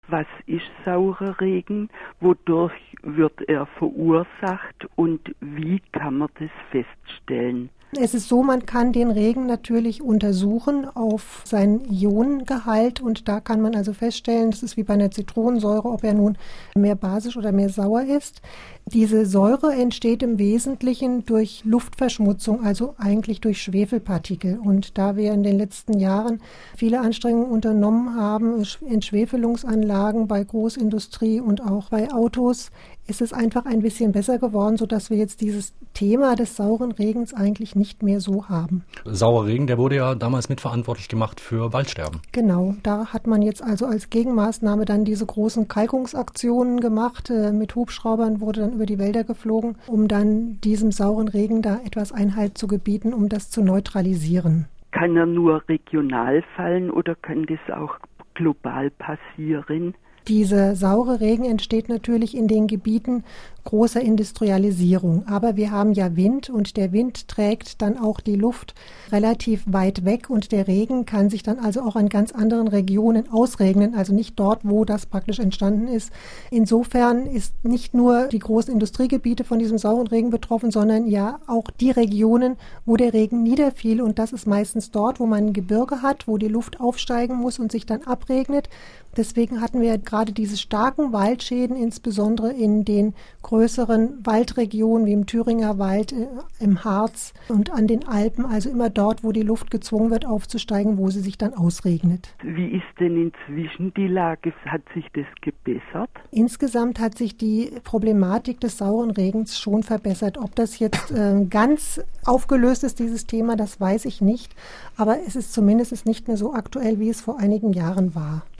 Was ist saurer Regen? Wodurch wird er verursacht? Und wie kann man das feststellen? Es ist so, man kann den Regen natürlich untersuchen auf seinen Ionengehalt und da kann man also feststellen, das ist wie bei einer Zitronensäure, ob er nun mehr basisch oder mehr sauer ist. Diese Säure entsteht im Wesentlichen durch Luftverschmutzung, also eigentlich durch Schwefelpartikel. Und da wir in den letzten Jahren viele Anstrengungen unternommen haben, Entschwefelungsanlagen bei Großindustrie und auch bei Autos, ist es einfach ein bisschen besser geworden, sodass wir jetzt dieses Thema des sauren Regens eigentlich nicht mehr so haben. Saurer Regen, der wurde ja damals mitverantwortlich gemacht für Waldsterben. Genau, da hat man jetzt also als Gegenmaßnahme dann diese großen Kalkungsaktionen gemacht. Mit Hubschraubern wurde dann über die Wälder geflogen, um dann diesem sauren Regen da etwas Einhalt zu gebieten, um das zu neutralisieren. Kann er nur regional fallen oder kann das auch global passieren? Dieser saure Regen entsteht natürlich in den Gebieten großer Industrialisierung. Aber wir haben ja Wind und der Wind trägt dann auch die Luft relativ weit weg und der Regen kann sich dann also auch an ganz anderen Regionen ausregnen, also nicht dort, wo das praktisch entstanden ist. Insofern ist nicht nur die großen Industriegebiete von diesem sauren Regen betroffen, sondern ja auch die Regionen, wo der Regen niederfiel und das ist meistens dort, wo man ein Gebirge hat, wo die Luft aufsteigen muss und sich dann abregnet. Deswegen hatten wir gerade diese starken Waldschäden, insbesondere in den größeren Waldregionen wie im Thüringer Wald, im Harz und an den Alpen, also immer dort, wo die Luft gezwungen wird aufzusteigen, wo sie sich dann ausregnet. Wie ist denn inzwischen die Lage? Hat sich das gebessert? Insgesamt hat sich die Problematik des sauren Regens schon verbessert. Ob das jetzt ganz aufgelöst ist, dieses Thema, das weiß ich nicht. Aber es ist zumindest nicht mehr so aktuell, wie es vor einigen Jahren war.